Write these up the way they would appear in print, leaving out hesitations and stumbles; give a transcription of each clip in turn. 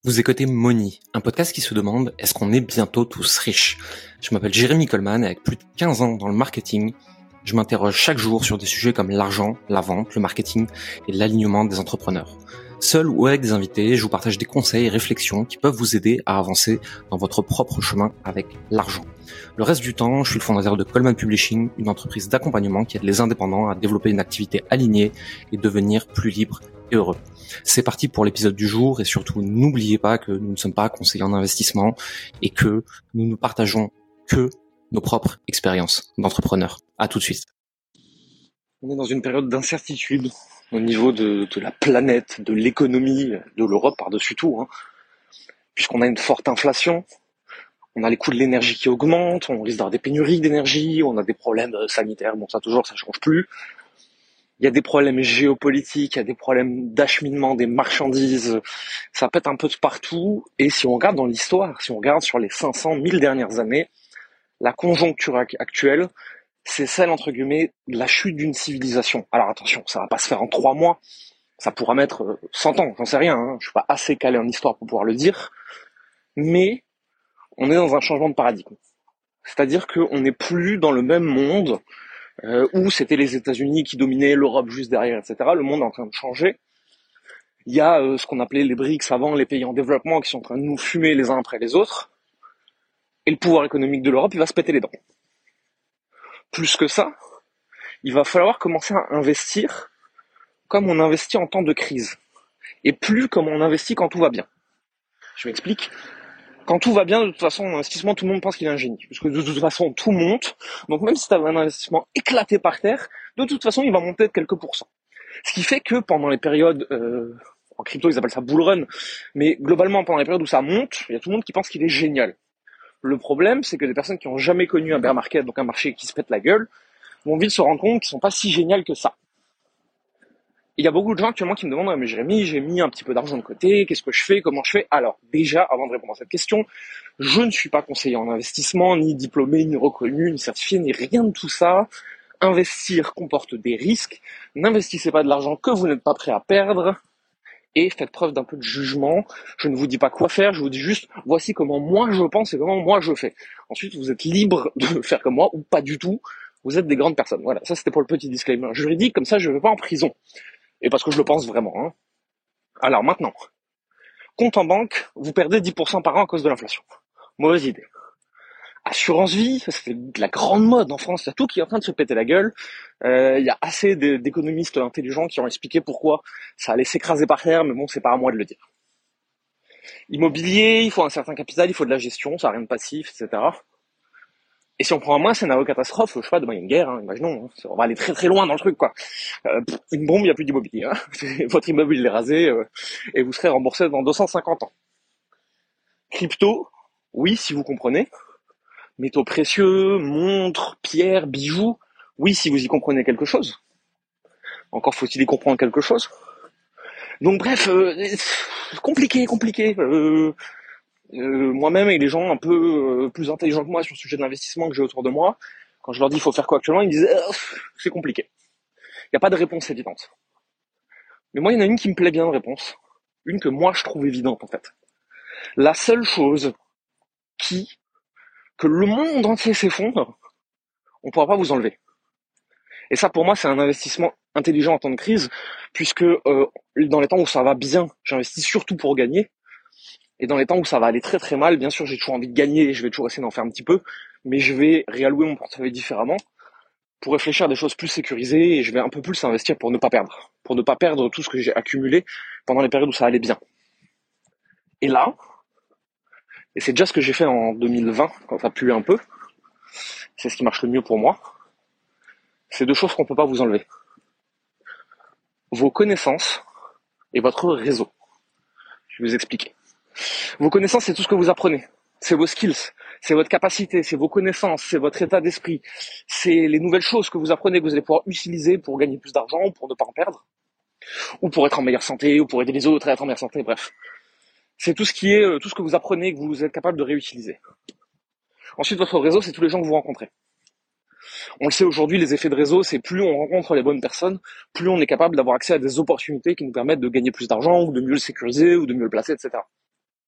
Vous écoutez Money, un podcast qui se demande est-ce qu'on est bientôt tous riches. Je m'appelle Jérémy Coleman et avec plus de 15 ans dans le marketing, je m'interroge chaque jour sur des sujets comme l'argent, la vente, le marketing et l'alignement des entrepreneurs. Seul ou avec des invités, je vous partage des conseils et réflexions qui peuvent vous aider à avancer dans votre propre chemin avec l'argent. Le reste du temps, je suis le fondateur de Coleman Publishing, une entreprise d'accompagnement qui aide les indépendants à développer une activité alignée et devenir plus libre et heureux. C'est parti pour l'épisode du jour et surtout n'oubliez pas que nous ne sommes pas conseillers en investissement et que nous ne partageons que nos propres expériences d'entrepreneurs. À tout de suite. On est dans une période d'incertitude au niveau de la planète, de l'économie, de l'Europe par-dessus tout, puisqu'on a une forte inflation, on a les coûts de l'énergie qui augmentent, on risque d'avoir des pénuries d'énergie, on a des problèmes sanitaires, bon ça change plus. Il y a des problèmes géopolitiques, il y a des problèmes d'acheminement des marchandises, ça pète un peu de partout. Et si on regarde dans l'histoire, si on regarde sur les 500, 1000 dernières années, la conjoncture actuelle, c'est celle, entre guillemets, de la chute d'une civilisation. Alors attention, ça va pas se faire en 3 mois, ça pourra mettre 100 ans, j'en sais rien, je suis pas assez calé en histoire pour pouvoir le dire, mais on est dans un changement de paradigme. C'est-à-dire qu'on n'est plus dans le même monde, où c'était les États-Unis qui dominaient, l'Europe juste derrière, etc. Le monde est en train de changer. Il y a ce qu'on appelait les BRICS avant, les pays en développement, qui sont en train de nous fumer les uns après les autres. Et le pouvoir économique de l'Europe, il va se péter les dents. Plus que ça, il va falloir commencer à investir comme on investit en temps de crise. Et plus comme on investit quand tout va bien. Je m'explique. Quand tout va bien, de toute façon, en investissement, tout le monde pense qu'il est un génie. Parce que de toute façon, tout monte. Donc même si tu as un investissement éclaté par terre, de toute façon, il va monter de quelques pourcents. Ce qui fait que pendant les périodes, en crypto, ils appellent ça bull run, mais globalement, pendant les périodes où ça monte, il y a tout le monde qui pense qu'il est génial. Le problème, c'est que des personnes qui ont jamais connu un bear market, donc un marché qui se pète la gueule, vont vite se rendre compte qu'ils sont pas si géniaux que ça. Il y a beaucoup de gens actuellement qui me demandent « Mais Jérémy, j'ai mis un petit peu d'argent de côté, qu'est-ce que je fais, comment je fais ?» Alors déjà, avant de répondre à cette question, je ne suis pas conseiller en investissement, ni diplômé, ni reconnu, ni certifié, ni rien de tout ça. Investir comporte des risques. N'investissez pas de l'argent que vous n'êtes pas prêt à perdre. Et faites preuve d'un peu de jugement. Je ne vous dis pas quoi faire, je vous dis juste « Voici comment moi je pense et comment moi je fais. » Ensuite, vous êtes libre de faire comme moi ou pas du tout. Vous êtes des grandes personnes. Voilà, ça c'était pour le petit disclaimer juridique, comme ça je ne vais pas en prison. Et parce que je le pense vraiment. Alors maintenant, compte en banque, vous perdez 10% par an à cause de l'inflation. Mauvaise idée. Assurance vie, c'est de la grande mode en France, il y a tout qui est en train de se péter la gueule. Il y a assez d'économistes intelligents qui ont expliqué pourquoi ça allait s'écraser par terre, mais bon, c'est pas à moi de le dire. Immobilier, il faut un certain capital, il faut de la gestion, ça n'a rien de passif, etc. Et si on prend un moins scénario catastrophe, je sais pas, demain il y a une guerre, imaginons, on va aller très très loin dans le truc, quoi. Une bombe, il n'y a plus d'immobilier. Votre immeuble, il est rasé, et vous serez remboursé dans 250 ans. Crypto, oui, si vous comprenez. Métaux précieux, montres, pierres, bijoux, oui, si vous y comprenez quelque chose. Encore faut-il y comprendre quelque chose. Donc bref, compliqué. Moi-même et les gens un peu plus intelligents que moi sur le sujet de l'investissement que j'ai autour de moi, quand je leur dis il faut faire quoi actuellement, ils me disent c'est compliqué. Il n'y a pas de réponse évidente. Mais moi, il y en a une qui me plaît bien de réponse. Une que moi je trouve évidente en fait. La seule chose que le monde entier s'effondre, on ne pourra pas vous enlever. Et ça, pour moi, c'est un investissement intelligent en temps de crise, puisque dans les temps où ça va bien, j'investis surtout pour gagner. Et dans les temps où ça va aller très très mal, bien sûr, j'ai toujours envie de gagner et je vais toujours essayer d'en faire un petit peu, mais je vais réallouer mon portefeuille différemment pour réfléchir à des choses plus sécurisées et je vais un peu plus investir pour ne pas perdre. Pour ne pas perdre tout ce que j'ai accumulé pendant les périodes où ça allait bien. Et là, et c'est déjà ce que j'ai fait en 2020, quand ça pluait un peu, c'est ce qui marche le mieux pour moi, c'est 2 choses qu'on peut pas vous enlever. Vos connaissances et votre réseau. Je vais vous expliquer. Vos connaissances, c'est tout ce que vous apprenez. C'est vos skills, c'est votre capacité, c'est vos connaissances, c'est votre état d'esprit. C'est les nouvelles choses que vous apprenez, que vous allez pouvoir utiliser pour gagner plus d'argent, ou pour ne pas en perdre, ou pour être en meilleure santé, ou pour aider les autres à être en meilleure santé, bref. C'est tout ce qui est, tout ce que vous apprenez, que vous êtes capable de réutiliser. Ensuite, votre réseau, c'est tous les gens que vous rencontrez. On le sait aujourd'hui, les effets de réseau, c'est plus on rencontre les bonnes personnes, plus on est capable d'avoir accès à des opportunités qui nous permettent de gagner plus d'argent, ou de mieux le sécuriser, ou de mieux le placer, etc.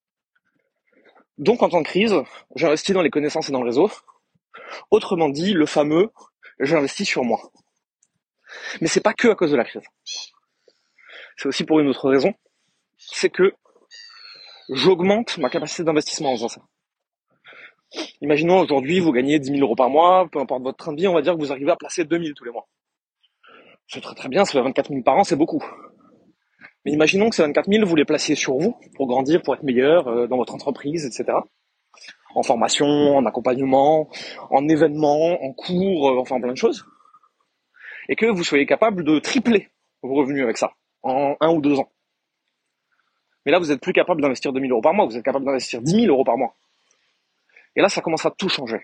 Donc en temps de crise, j'investis dans les connaissances et dans le réseau. Autrement dit, le fameux « j'investis sur moi ». Mais c'est pas que à cause de la crise. C'est aussi pour une autre raison, c'est que j'augmente ma capacité d'investissement en faisant ça. Imaginons aujourd'hui, vous gagnez 10 000 euros par mois, peu importe votre train de vie, on va dire que vous arrivez à placer 2 000 tous les mois. C'est très très bien, ça fait 24 000 par an, c'est beaucoup. Mais imaginons que ces 24 000, vous les placiez sur vous, pour grandir, pour être meilleur dans votre entreprise, etc. En formation, en accompagnement, en événements, en cours, enfin plein de choses. Et que vous soyez capable de tripler vos revenus avec ça, en 1 ou 2 ans. Mais là, vous n'êtes plus capable d'investir 2 000 euros par mois, vous êtes capable d'investir 10 000 euros par mois. Et là, ça commence à tout changer.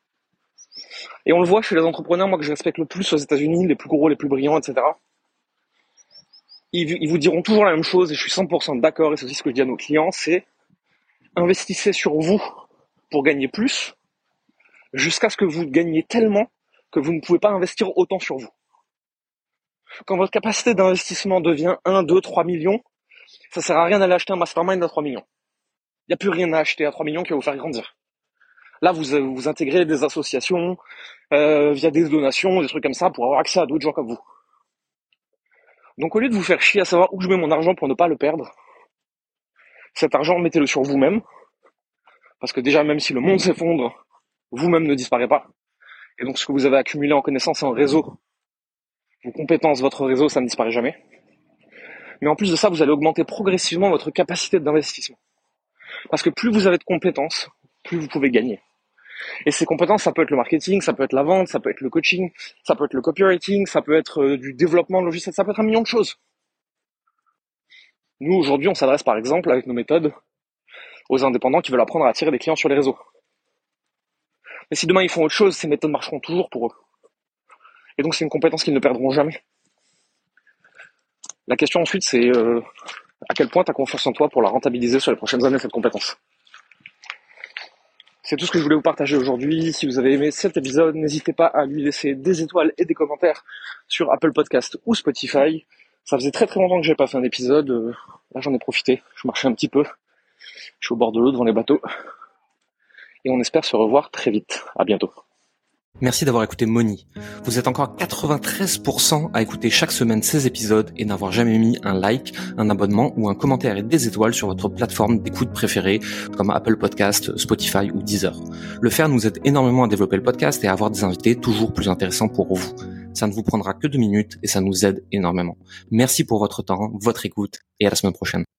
Et on le voit chez les entrepreneurs, moi que je respecte le plus aux États-Unis, les plus gros, les plus brillants, etc. Ils vous diront toujours la même chose, et je suis 100% d'accord, et c'est aussi ce que je dis à nos clients, c'est investissez sur vous pour gagner plus, jusqu'à ce que vous gagniez tellement que vous ne pouvez pas investir autant sur vous. Quand votre capacité d'investissement devient 1, 2, 3 millions, ça sert à rien d'aller acheter un mastermind à 3 millions. Il n'y a plus rien à acheter à 3 millions qui va vous faire grandir. Là, vous intégrez des associations, via des donations, des trucs comme ça, pour avoir accès à d'autres gens comme vous. Donc au lieu de vous faire chier à savoir où je mets mon argent pour ne pas le perdre, cet argent, mettez-le sur vous-même, parce que déjà, même si le monde s'effondre, vous-même ne disparaît pas. Et donc ce que vous avez accumulé en connaissances et en réseau, vos compétences, votre réseau, ça ne disparaît jamais. Mais en plus de ça, vous allez augmenter progressivement votre capacité d'investissement. Parce que plus vous avez de compétences, plus vous pouvez gagner. Et ces compétences, ça peut être le marketing, ça peut être la vente, ça peut être le coaching, ça peut être le copywriting, ça peut être du développement logiciel, ça peut être un million de choses. Nous, aujourd'hui, on s'adresse par exemple, avec nos méthodes, aux indépendants qui veulent apprendre à attirer des clients sur les réseaux. Mais si demain ils font autre chose, ces méthodes marcheront toujours pour eux. Et donc c'est une compétence qu'ils ne perdront jamais. La question ensuite, c'est à quel point tu as confiance en toi pour la rentabiliser sur les prochaines années, cette compétence. C'est tout ce que je voulais vous partager aujourd'hui. Si vous avez aimé cet épisode, n'hésitez pas à lui laisser des étoiles et des commentaires sur Apple Podcast ou Spotify. Ça faisait très très longtemps que j'ai pas fait un épisode. Là, j'en ai profité. Je marchais un petit peu. Je suis au bord de l'eau devant les bateaux. Et on espère se revoir très vite. À bientôt. Merci d'avoir écouté Moni. Vous êtes encore 93% à écouter chaque semaine ces épisodes et n'avoir jamais mis un like, un abonnement ou un commentaire et des étoiles sur votre plateforme d'écoute préférée comme Apple Podcast, Spotify ou Deezer. Le faire nous aide énormément à développer le podcast et à avoir des invités toujours plus intéressants pour vous. Ça ne vous prendra que 2 minutes et ça nous aide énormément. Merci pour votre temps, votre écoute et à la semaine prochaine.